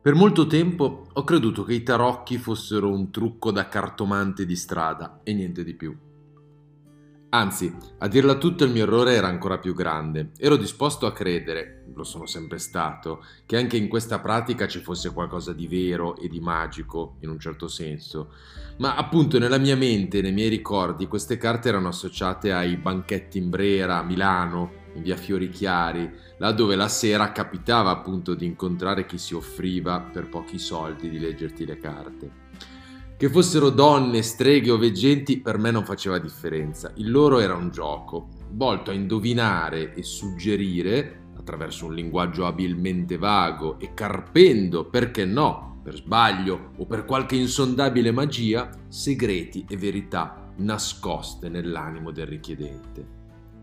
Per molto tempo ho creduto che i tarocchi fossero un trucco da cartomante di strada e niente di più. Anzi, a dirla tutta il mio errore era ancora più grande. Ero disposto a credere, lo sono sempre stato, che anche in questa pratica ci fosse qualcosa di vero e di magico, in un certo senso. Ma appunto nella mia mente e nei miei ricordi queste carte erano associate ai banchetti in Brera, a Milano, in via Fiori Chiari, là dove la sera capitava appunto di incontrare chi si offriva per pochi soldi di leggerti le carte. Che fossero donne, streghe o veggenti per me non faceva differenza, il loro era un gioco, volto a indovinare e suggerire, attraverso un linguaggio abilmente vago e carpendo, perché no, per sbaglio o per qualche insondabile magia, segreti e verità nascoste nell'animo del richiedente.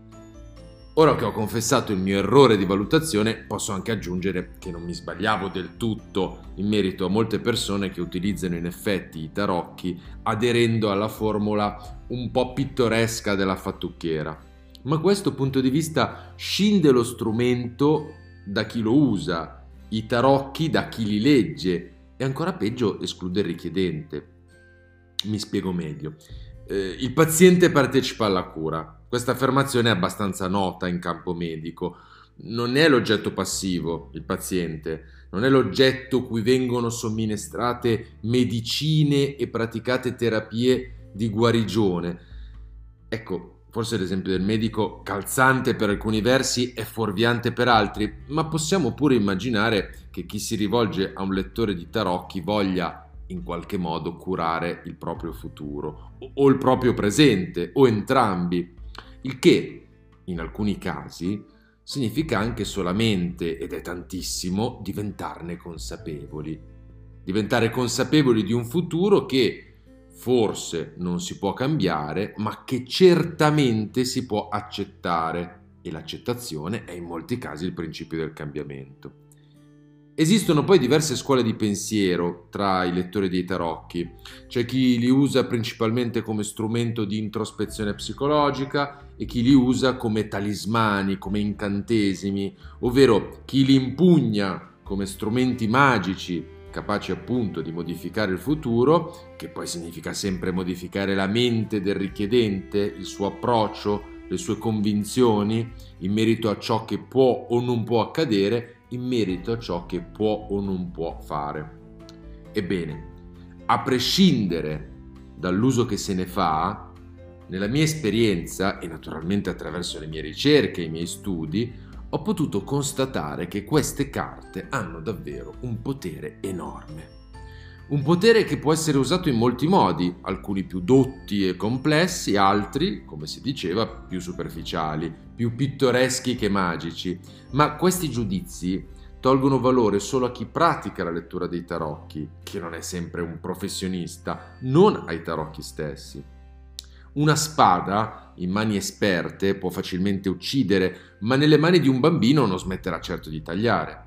Ora che ho confessato il mio errore di valutazione, posso anche aggiungere che non mi sbagliavo del tutto in merito a molte persone che utilizzano in effetti i tarocchi aderendo alla formula un po' pittoresca della fattucchiera. Ma questo punto di vista scinde lo strumento da chi lo usa, i tarocchi da chi li legge e ancora peggio esclude il richiedente. Mi spiego meglio. Il paziente partecipa alla cura. Questa affermazione è abbastanza nota in campo medico. Non è l'oggetto passivo, il paziente, non è l'oggetto cui vengono somministrate medicine e praticate terapie di guarigione. Ecco, forse l'esempio del medico, calzante per alcuni versi e fuorviante per altri, ma possiamo pure immaginare che chi si rivolge a un lettore di tarocchi voglia in qualche modo curare il proprio futuro o il proprio presente o entrambi, il che in alcuni casi significa anche solamente, ed è tantissimo, diventare consapevoli di un futuro che forse non si può cambiare, ma che certamente si può accettare, e l'accettazione è in molti casi il principio del cambiamento. Esistono poi diverse scuole di pensiero tra i lettori dei tarocchi. C'è chi li usa principalmente come strumento di introspezione psicologica e chi li usa come talismani, come incantesimi, ovvero chi li impugna come strumenti magici capaci appunto di modificare il futuro, che poi significa sempre modificare la mente del richiedente, il suo approccio, le sue convinzioni in merito a ciò che può o non può accadere, in merito a ciò che può o non può fare. Ebbene, a prescindere dall'uso che se ne fa, nella mia esperienza e naturalmente attraverso le mie ricerche e i miei studi, ho potuto constatare che queste carte hanno davvero un potere enorme. Un potere che può essere usato in molti modi, alcuni più dotti e complessi, altri, come si diceva, più superficiali, più pittoreschi che magici. Ma questi giudizi tolgono valore solo a chi pratica la lettura dei tarocchi, che non è sempre un professionista, non ai tarocchi stessi. Una spada, in mani esperte, può facilmente uccidere, ma nelle mani di un bambino non smetterà certo di tagliare.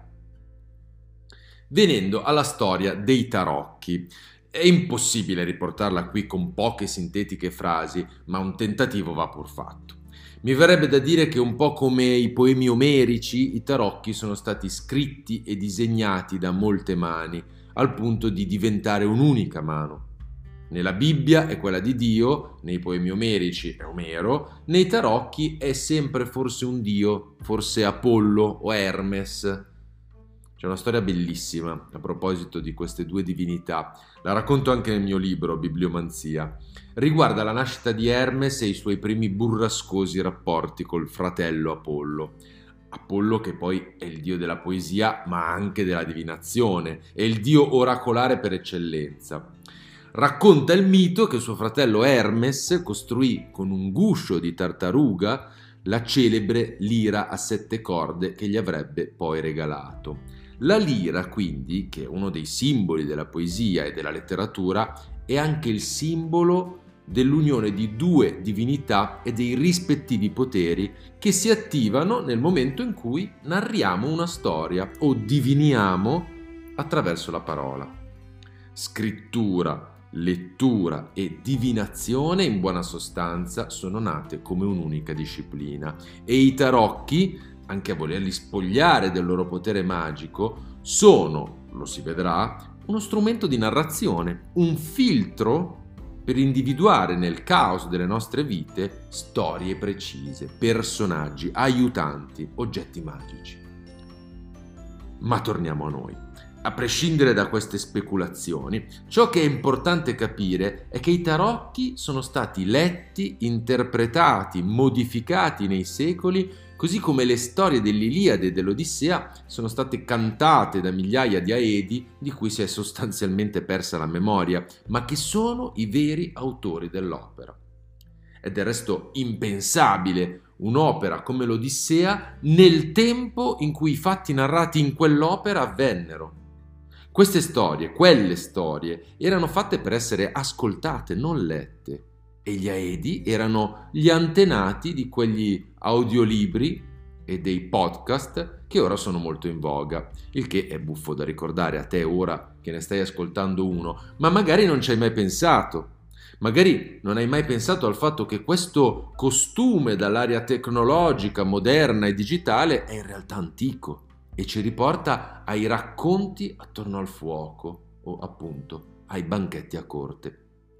Venendo alla storia dei tarocchi, è impossibile riportarla qui con poche sintetiche frasi, ma un tentativo va pur fatto. Mi verrebbe da dire che un po' come i poemi omerici, i tarocchi sono stati scritti e disegnati da molte mani, al punto di diventare un'unica mano. Nella Bibbia è quella di Dio, nei poemi omerici è Omero, nei tarocchi è sempre forse un dio, forse Apollo o Hermes. C'è una storia bellissima a proposito di queste due divinità, la racconto anche nel mio libro Bibliomanzia. Riguarda la nascita di Hermes e i suoi primi burrascosi rapporti col fratello Apollo. Apollo che poi è il dio della poesia ma anche della divinazione, è il dio oracolare per eccellenza. Racconta il mito che suo fratello Hermes costruì con un guscio di tartaruga la celebre lira a 7 corde che gli avrebbe poi regalato. La lira, quindi, che è uno dei simboli della poesia e della letteratura, è anche il simbolo dell'unione di due divinità e dei rispettivi poteri che si attivano nel momento in cui narriamo una storia o diviniamo attraverso la parola. Scrittura, lettura e divinazione in buona sostanza sono nate come un'unica disciplina e i tarocchi, anche a volerli spogliare del loro potere magico, sono lo si vedrà, uno strumento di narrazione, un filtro per individuare nel caos delle nostre vite storie precise, personaggi, aiutanti, oggetti magici. Ma torniamo a noi. A prescindere da queste speculazioni, ciò che è importante capire è che i tarocchi sono stati letti, interpretati, modificati nei secoli, così come le storie dell'Iliade e dell'Odissea sono state cantate da migliaia di aedi di cui si è sostanzialmente persa la memoria, ma che sono i veri autori dell'opera. È del resto impensabile un'opera come l'Odissea nel tempo in cui i fatti narrati in quell'opera avvennero. Queste storie, quelle storie, erano fatte per essere ascoltate, non lette. E gli Aedi erano gli antenati di quegli audiolibri e dei podcast che ora sono molto in voga, il che è buffo da ricordare a te ora che ne stai ascoltando uno, ma magari non ci hai mai pensato. Magari non hai mai pensato al fatto che questo costume dall'area tecnologica, moderna e digitale è in realtà antico e ci riporta ai racconti attorno al fuoco o appunto ai banchetti a corte.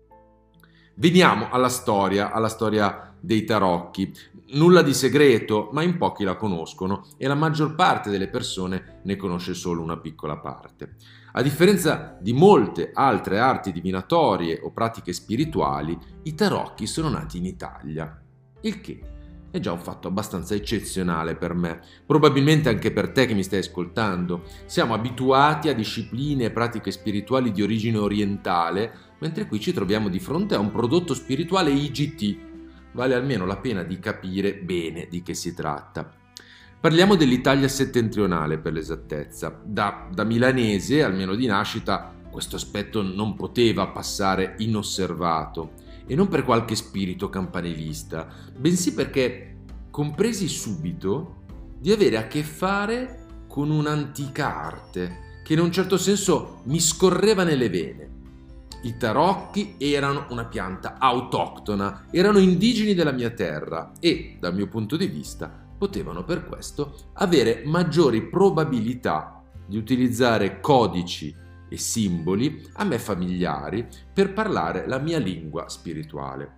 Veniamo alla storia dei tarocchi. Nulla di segreto, ma in pochi la conoscono e la maggior parte delle persone ne conosce solo una piccola parte. A differenza di molte altre arti divinatorie o pratiche spirituali, i tarocchi sono nati in Italia, il che è già un fatto abbastanza eccezionale per me, probabilmente anche per te che mi stai ascoltando. Siamo abituati a discipline e pratiche spirituali di origine orientale, mentre qui ci troviamo di fronte a un prodotto spirituale IGT. Vale almeno la pena di capire bene di che si tratta. Parliamo dell'Italia settentrionale per l'esattezza. Da milanese, almeno di nascita, questo aspetto non poteva passare inosservato. E non per qualche spirito campanilista, bensì perché compresi subito di avere a che fare con un'antica arte che in un certo senso mi scorreva nelle vene. I tarocchi erano una pianta autoctona, erano indigeni della mia terra e, dal mio punto di vista, potevano per questo avere maggiori probabilità di utilizzare codici e simboli a me familiari per parlare la mia lingua spirituale.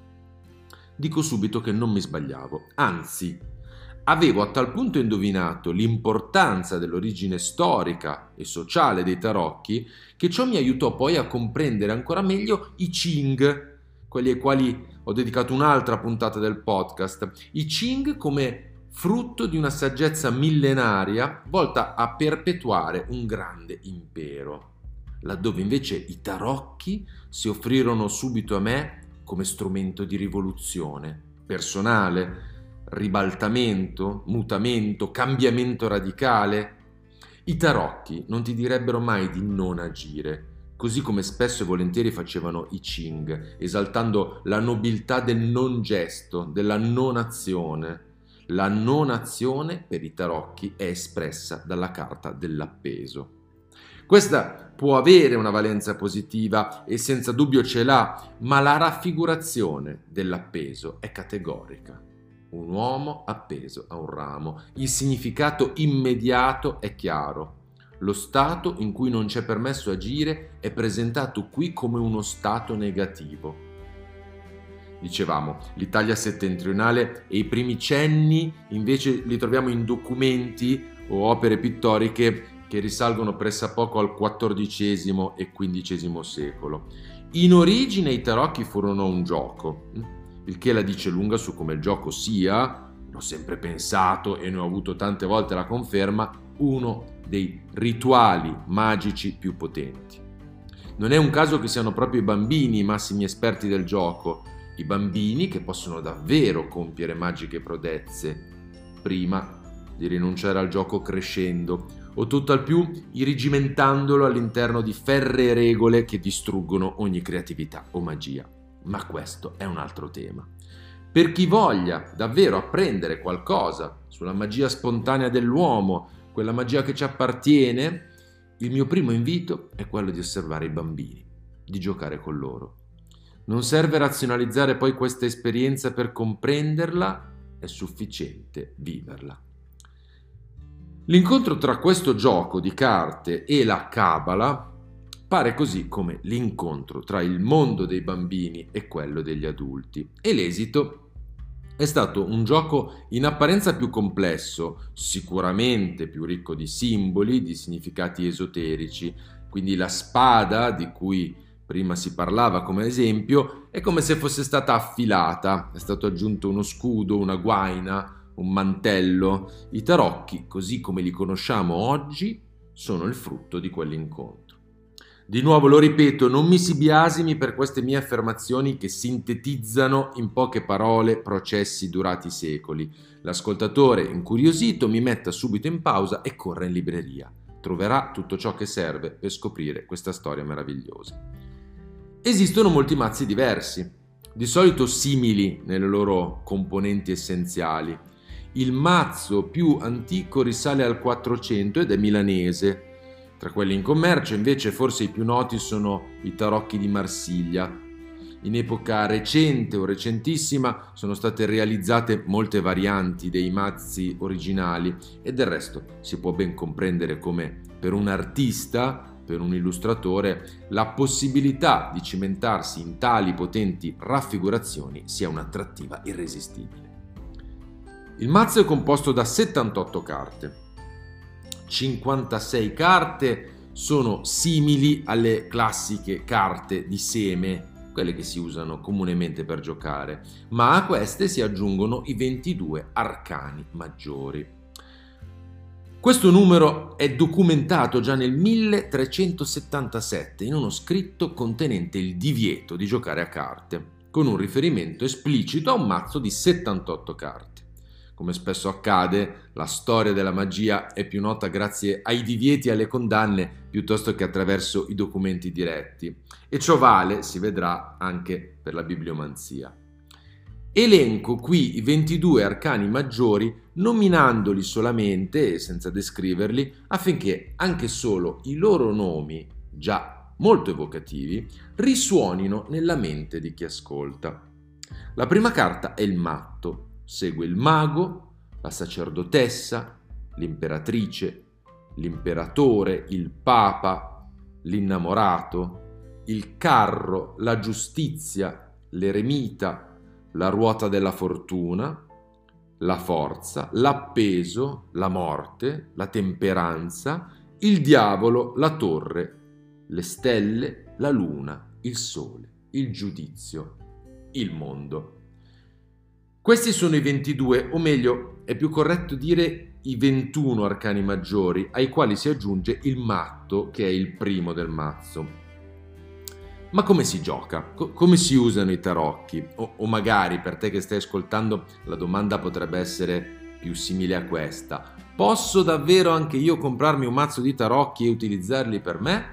Dico subito che non mi sbagliavo, anzi, avevo a tal punto indovinato l'importanza dell'origine storica e sociale dei tarocchi che ciò mi aiutò poi a comprendere ancora meglio i Qing, quelli ai quali ho dedicato un'altra puntata del podcast, i Qing come frutto di una saggezza millenaria volta a perpetuare un grande impero, laddove invece i tarocchi si offrirono subito a me come strumento di rivoluzione personale, ribaltamento, mutamento, cambiamento radicale. I tarocchi non ti direbbero mai di non agire, così come spesso e volentieri facevano i Qing, esaltando la nobiltà del non gesto, della non azione. La non azione per i tarocchi è espressa dalla carta dell'appeso. Questa può avere una valenza positiva e senza dubbio ce l'ha, ma la raffigurazione dell'appeso è categorica. Un uomo appeso a un ramo. Il significato immediato è chiaro. Lo stato in cui non c'è permesso agire è presentato qui come uno stato negativo. Dicevamo, l'Italia settentrionale e i primi cenni invece li troviamo in documenti o opere pittoriche che risalgono pressappoco al XIV e XV secolo. In origine i tarocchi furono un gioco, il che la dice lunga su come il gioco sia, l'ho sempre pensato e ne ho avuto tante volte la conferma, uno dei rituali magici più potenti. Non è un caso che siano proprio i bambini i massimi esperti del gioco, i bambini che possono davvero compiere magiche prodezze, prima di rinunciare al gioco crescendo, o tutt'al più irrigimentandolo all'interno di ferree regole che distruggono ogni creatività o magia. Ma questo è un altro tema. Per chi voglia davvero apprendere qualcosa sulla magia spontanea dell'uomo, quella magia che ci appartiene, il mio primo invito è quello di osservare i bambini, di giocare con loro. Non serve razionalizzare poi questa esperienza per comprenderla, è sufficiente viverla. L'incontro tra questo gioco di carte e la Cabala pare così come l'incontro tra il mondo dei bambini e quello degli adulti, e l'esito è stato un gioco in apparenza più complesso, sicuramente più ricco di simboli, di significati esoterici, quindi la spada di cui prima si parlava come esempio è come se fosse stata affilata, è stato aggiunto uno scudo, una guaina, un mantello. I tarocchi, così come li conosciamo oggi, sono il frutto di quell'incontro. Di nuovo lo ripeto, non mi si biasimi per queste mie affermazioni che sintetizzano in poche parole processi durati secoli. L'ascoltatore incuriosito mi metta subito in pausa e corra in libreria. Troverà tutto ciò che serve per scoprire questa storia meravigliosa. Esistono molti mazzi diversi, di solito simili nelle loro componenti essenziali. Il mazzo più antico risale al 400 ed è milanese. Tra quelli in commercio, invece, forse i più noti sono i tarocchi di Marsiglia. In epoca recente o recentissima sono state realizzate molte varianti dei mazzi originali e del resto si può ben comprendere come per un artista, per un illustratore, la possibilità di cimentarsi in tali potenti raffigurazioni sia un'attrattiva irresistibile. Il mazzo è composto da 78 carte. 56 carte sono simili alle classiche carte di seme, quelle che si usano comunemente per giocare, ma a queste si aggiungono i 22 arcani maggiori. Questo numero è documentato già nel 1377 in uno scritto contenente il divieto di giocare a carte, con un riferimento esplicito a un mazzo di 78 carte. Come spesso accade, la storia della magia è più nota grazie ai divieti e alle condanne piuttosto che attraverso i documenti diretti. E ciò vale, si vedrà, anche per la bibliomanzia. Elenco qui i 22 arcani maggiori nominandoli solamente e senza descriverli affinché anche solo i loro nomi, già molto evocativi, risuonino nella mente di chi ascolta. La prima carta è il matto. Segue il mago, la sacerdotessa, l'imperatrice, l'imperatore, il papa, l'innamorato, il carro, la giustizia, l'eremita, la ruota della fortuna, la forza, l'appeso, la morte, la temperanza, il diavolo, la torre, le stelle, la luna, il sole, il giudizio, il mondo. Questi sono i 22, o meglio, è più corretto dire i 21 arcani maggiori, ai quali si aggiunge il matto, che è il primo del mazzo. Ma come si gioca? Come si usano i tarocchi? O magari, per te che stai ascoltando, la domanda potrebbe essere più simile a questa. Posso davvero anche io comprarmi un mazzo di tarocchi e utilizzarli per me?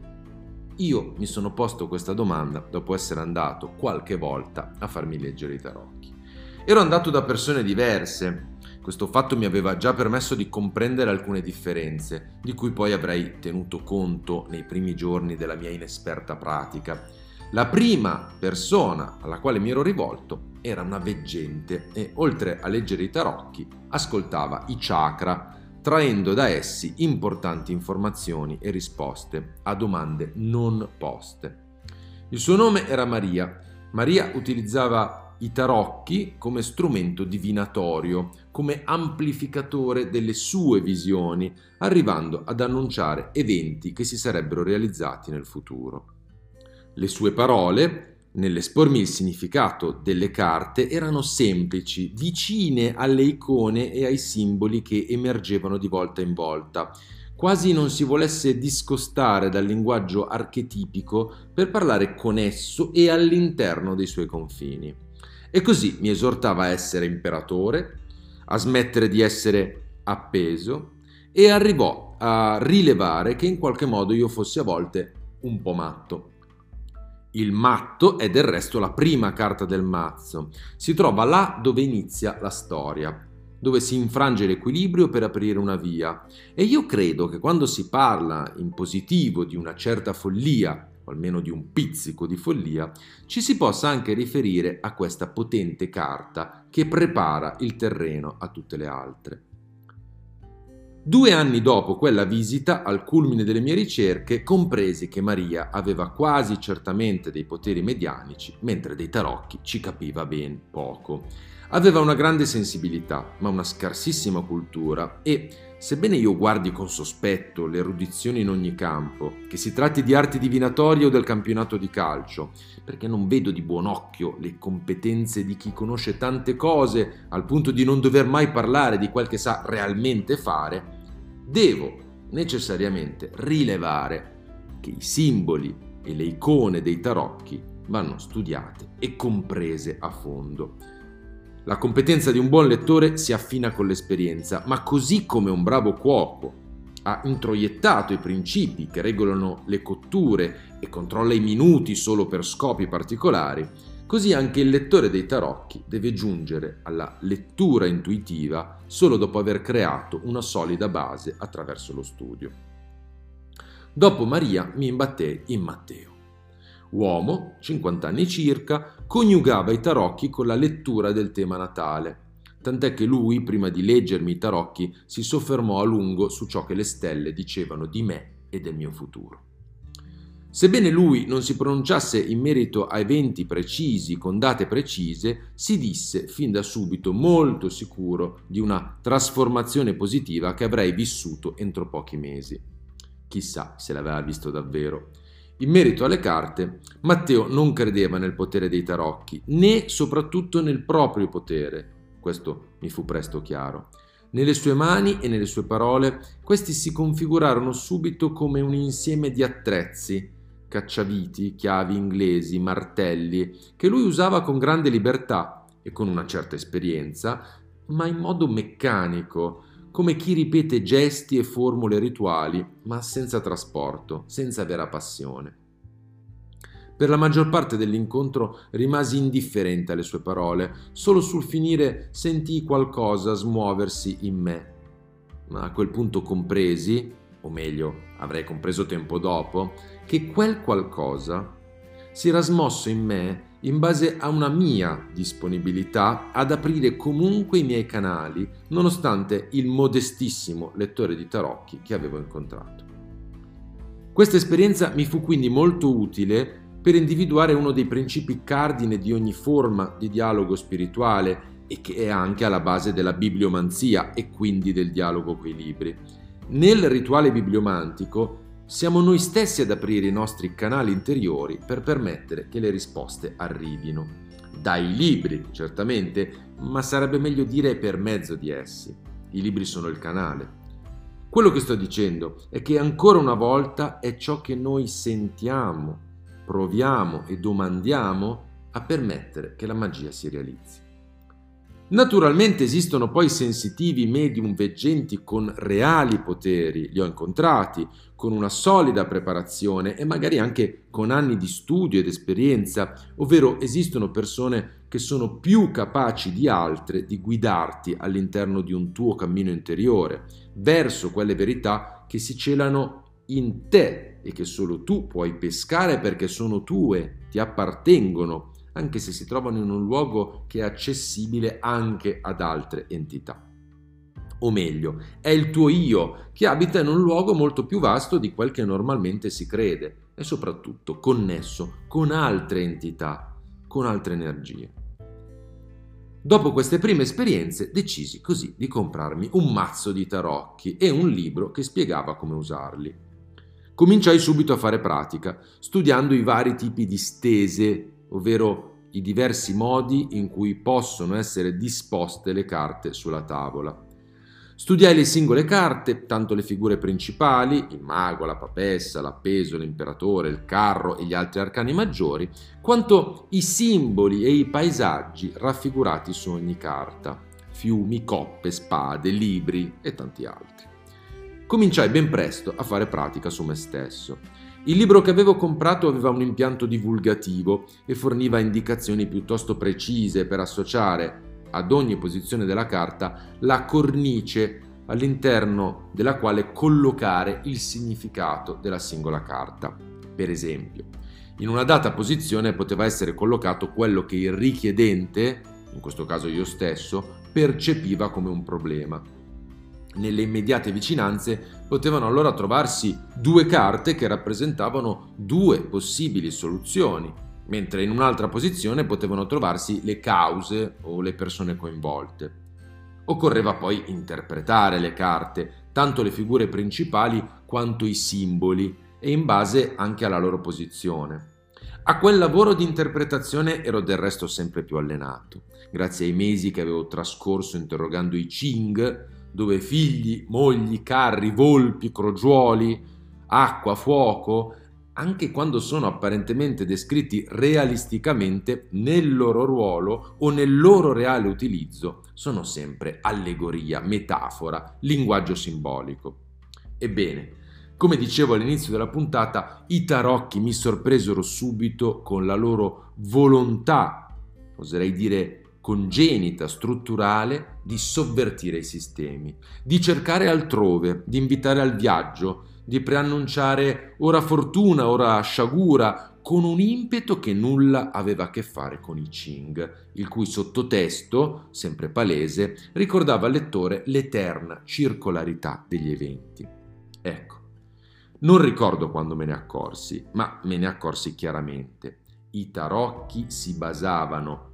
Io mi sono posto questa domanda dopo essere andato qualche volta a farmi leggere i tarocchi. Ero andato da persone diverse. Questo fatto mi aveva già permesso di comprendere alcune differenze, di cui poi avrei tenuto conto nei primi giorni della mia inesperta pratica. La prima persona alla quale mi ero rivolto era una veggente e, oltre a leggere i tarocchi, ascoltava i chakra, traendo da essi importanti informazioni e risposte a domande non poste. Il suo nome era Maria. Maria utilizzava i tarocchi come strumento divinatorio, come amplificatore delle sue visioni, arrivando ad annunciare eventi che si sarebbero realizzati nel futuro. Le sue parole, nell'espormi il significato delle carte, erano semplici, vicine alle icone e ai simboli che emergevano di volta in volta, quasi non si volesse discostare dal linguaggio archetipico per parlare con esso e all'interno dei suoi confini. E così mi esortava a essere imperatore, a smettere di essere appeso, e arrivò a rilevare che in qualche modo io fossi a volte un po' matto. Il matto è del resto la prima carta del mazzo. Si trova là dove inizia la storia, dove si infrange l'equilibrio per aprire una via. E io credo che quando si parla in positivo di una certa follia, o almeno di un pizzico di follia, ci si possa anche riferire a questa potente carta che prepara il terreno a tutte le altre. 2 anni dopo quella visita, al culmine delle mie ricerche, compresi che Maria aveva quasi certamente dei poteri medianici, mentre dei tarocchi ci capiva ben poco. Aveva una grande sensibilità, ma una scarsissima cultura e, sebbene io guardi con sospetto l'erudizione in ogni campo, che si tratti di arti divinatorie o del campionato di calcio, perché non vedo di buon occhio le competenze di chi conosce tante cose al punto di non dover mai parlare di quel che sa realmente fare, devo necessariamente rilevare che i simboli e le icone dei tarocchi vanno studiate e comprese a fondo. La competenza di un buon lettore si affina con l'esperienza, ma così come un bravo cuoco ha introiettato i principi che regolano le cotture e controlla i minuti solo per scopi particolari, così anche il lettore dei tarocchi deve giungere alla lettura intuitiva solo dopo aver creato una solida base attraverso lo studio. Dopo Maria mi imbattei in Matteo. Uomo, 50 anni circa, coniugava i tarocchi con la lettura del tema natale, tant'è che lui, prima di leggermi i tarocchi, si soffermò a lungo su ciò che le stelle dicevano di me e del mio futuro. Sebbene lui non si pronunciasse in merito a eventi precisi con date precise, si disse fin da subito molto sicuro di una trasformazione positiva che avrei vissuto entro pochi mesi. Chissà se l'aveva visto davvero. In merito alle carte, Matteo non credeva nel potere dei tarocchi, né soprattutto nel proprio potere. Questo mi fu presto chiaro. Nelle sue mani e nelle sue parole, questi si configurarono subito come un insieme di attrezzi, cacciaviti, chiavi inglesi, martelli, che lui usava con grande libertà e con una certa esperienza, ma in modo meccanico, come chi ripete gesti e formule rituali, ma senza trasporto, senza vera passione. Per la maggior parte dell'incontro rimasi indifferente alle sue parole, solo sul finire sentii qualcosa smuoversi in me, ma a quel punto compresi, o meglio, avrei compreso tempo dopo, che quel qualcosa si era smosso in me in base a una mia disponibilità ad aprire comunque i miei canali, nonostante il modestissimo lettore di tarocchi che avevo incontrato. Questa esperienza mi fu quindi molto utile per individuare uno dei principi cardine di ogni forma di dialogo spirituale e che è anche alla base della bibliomanzia e quindi del dialogo coi libri. Nel rituale bibliomantico siamo noi stessi ad aprire i nostri canali interiori per permettere che le risposte arrivino. Dai libri, certamente, ma sarebbe meglio dire per mezzo di essi. I libri sono il canale. Quello che sto dicendo è che ancora una volta è ciò che noi sentiamo, proviamo e domandiamo a permettere che la magia si realizzi. Naturalmente esistono poi sensitivi medium veggenti con reali poteri, li ho incontrati, con una solida preparazione e magari anche con anni di studio ed esperienza, ovvero esistono persone che sono più capaci di altre di guidarti all'interno di un tuo cammino interiore, verso quelle verità che si celano in te e che solo tu puoi pescare perché sono tue, ti appartengono, anche se si trovano in un luogo che è accessibile anche ad altre entità. O meglio, è il tuo io che abita in un luogo molto più vasto di quel che normalmente si crede e soprattutto connesso con altre entità, con altre energie. Dopo queste prime esperienze decisi così di comprarmi un mazzo di tarocchi e un libro che spiegava come usarli. Cominciai subito a fare pratica, studiando i vari tipi di stese, ovvero i diversi modi in cui possono essere disposte le carte sulla tavola. Studiai le singole carte, tanto le figure principali, il mago, la papessa, l'appeso, l'imperatore, il carro e gli altri arcani maggiori, quanto i simboli e i paesaggi raffigurati su ogni carta, fiumi, coppe, spade, libri e tanti altri. Cominciai ben presto a fare pratica su me stesso. Il libro che avevo comprato aveva un impianto divulgativo e forniva indicazioni piuttosto precise per associare ad ogni posizione della carta la cornice all'interno della quale collocare il significato della singola carta. Per esempio, in una data posizione poteva essere collocato quello che il richiedente, in questo caso io stesso, percepiva come un problema. Nelle immediate vicinanze potevano allora trovarsi due carte che rappresentavano due possibili soluzioni, mentre in un'altra posizione potevano trovarsi le cause o le persone coinvolte. Occorreva poi interpretare le carte, tanto le figure principali quanto i simboli, e in base anche alla loro posizione. A quel lavoro di interpretazione ero del resto sempre più allenato, grazie ai mesi che avevo trascorso interrogando i Qing, dove figli, mogli, carri, volpi, crogiuoli, acqua, fuoco, anche quando sono apparentemente descritti realisticamente nel loro ruolo o nel loro reale utilizzo, sono sempre allegoria, metafora, linguaggio simbolico. Ebbene, come dicevo all'inizio della puntata, i tarocchi mi sorpresero subito con la loro volontà, oserei dire congenita, strutturale, di sovvertire i sistemi, di cercare altrove, di invitare al viaggio, di preannunciare ora fortuna, ora sciagura, con un impeto che nulla aveva a che fare con i Qing, il cui sottotesto, sempre palese, ricordava al lettore l'eterna circolarità degli eventi. Ecco, non ricordo quando me ne accorsi, ma me ne accorsi chiaramente. I tarocchi si basano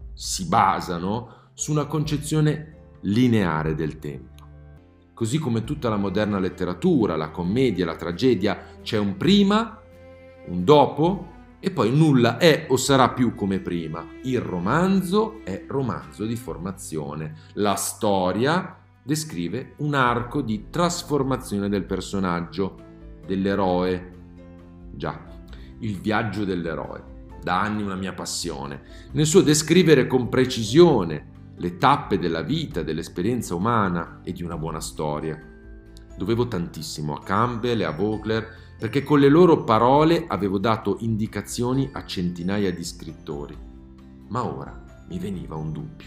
su una concezione lineare del tempo. Così come tutta la moderna letteratura, la commedia, la tragedia, c'è un prima, un dopo e poi nulla è o sarà più come prima. Il romanzo è romanzo di formazione. La storia descrive un arco di trasformazione del personaggio, dell'eroe. Già, il viaggio dell'eroe. Da anni una mia passione, nel suo descrivere con precisione le tappe della vita, dell'esperienza umana e di una buona storia. Dovevo tantissimo a Campbell e a Vogler perché con le loro parole avevo dato indicazioni a centinaia di scrittori. Ma ora mi veniva un dubbio.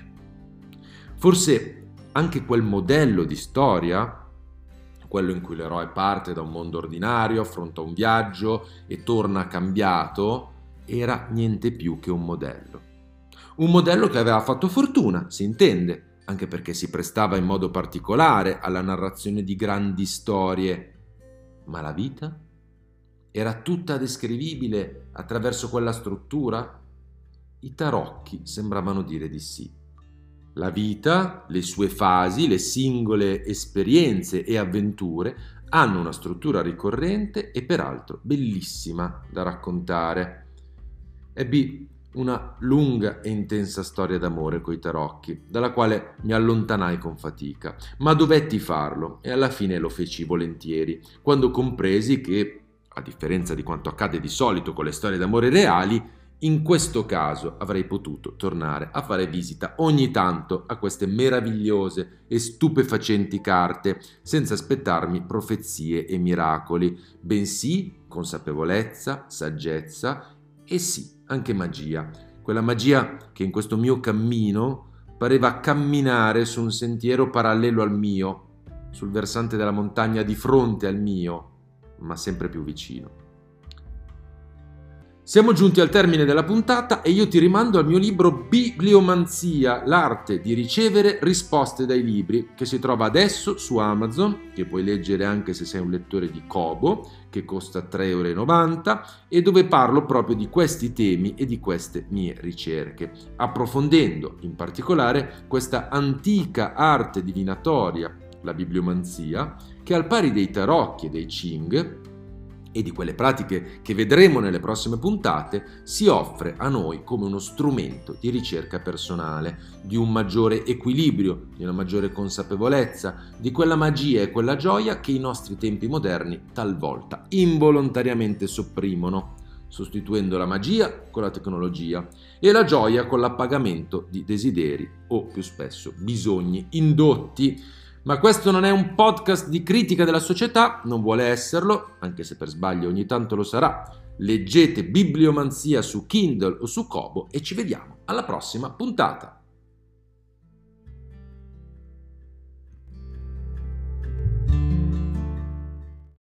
Forse anche quel modello di storia, quello in cui l'eroe parte da un mondo ordinario, affronta un viaggio e torna cambiato, era niente più che un modello. Un modello che aveva fatto fortuna, si intende, anche perché si prestava in modo particolare alla narrazione di grandi storie. Ma la vita? Era tutta descrivibile attraverso quella struttura? I tarocchi sembravano dire di sì. La vita, le sue fasi, le singole esperienze e avventure hanno una struttura ricorrente e peraltro bellissima da raccontare. Ebbi una lunga e intensa storia d'amore coi tarocchi, dalla quale mi allontanai con fatica, ma dovetti farlo e alla fine lo feci volentieri, quando compresi che, a differenza di quanto accade di solito con le storie d'amore reali, in questo caso avrei potuto tornare a fare visita ogni tanto a queste meravigliose e stupefacenti carte, senza aspettarmi profezie e miracoli, bensì consapevolezza, saggezza e sì, anche magia, quella magia che in questo mio cammino pareva camminare su un sentiero parallelo al mio, sul versante della montagna di fronte al mio, ma sempre più vicino. Siamo giunti al termine della puntata e io ti rimando al mio libro Bibliomanzia, l'arte di ricevere risposte dai libri, che si trova adesso su Amazon, che puoi leggere anche se sei un lettore di Kobo, che costa 3,90 € e dove parlo proprio di questi temi e di queste mie ricerche, approfondendo in particolare questa antica arte divinatoria, la bibliomanzia, che al pari dei tarocchi e dei Qing e di quelle pratiche che vedremo nelle prossime puntate, si offre a noi come uno strumento di ricerca personale, di un maggiore equilibrio, di una maggiore consapevolezza, di quella magia e quella gioia che i nostri tempi moderni talvolta involontariamente sopprimono, sostituendo la magia con la tecnologia e la gioia con l'appagamento di desideri o più spesso bisogni indotti. Ma questo non è un podcast di critica della società, non vuole esserlo, anche se per sbaglio ogni tanto lo sarà. Leggete Bibliomanzia su Kindle o su Kobo e ci vediamo alla prossima puntata.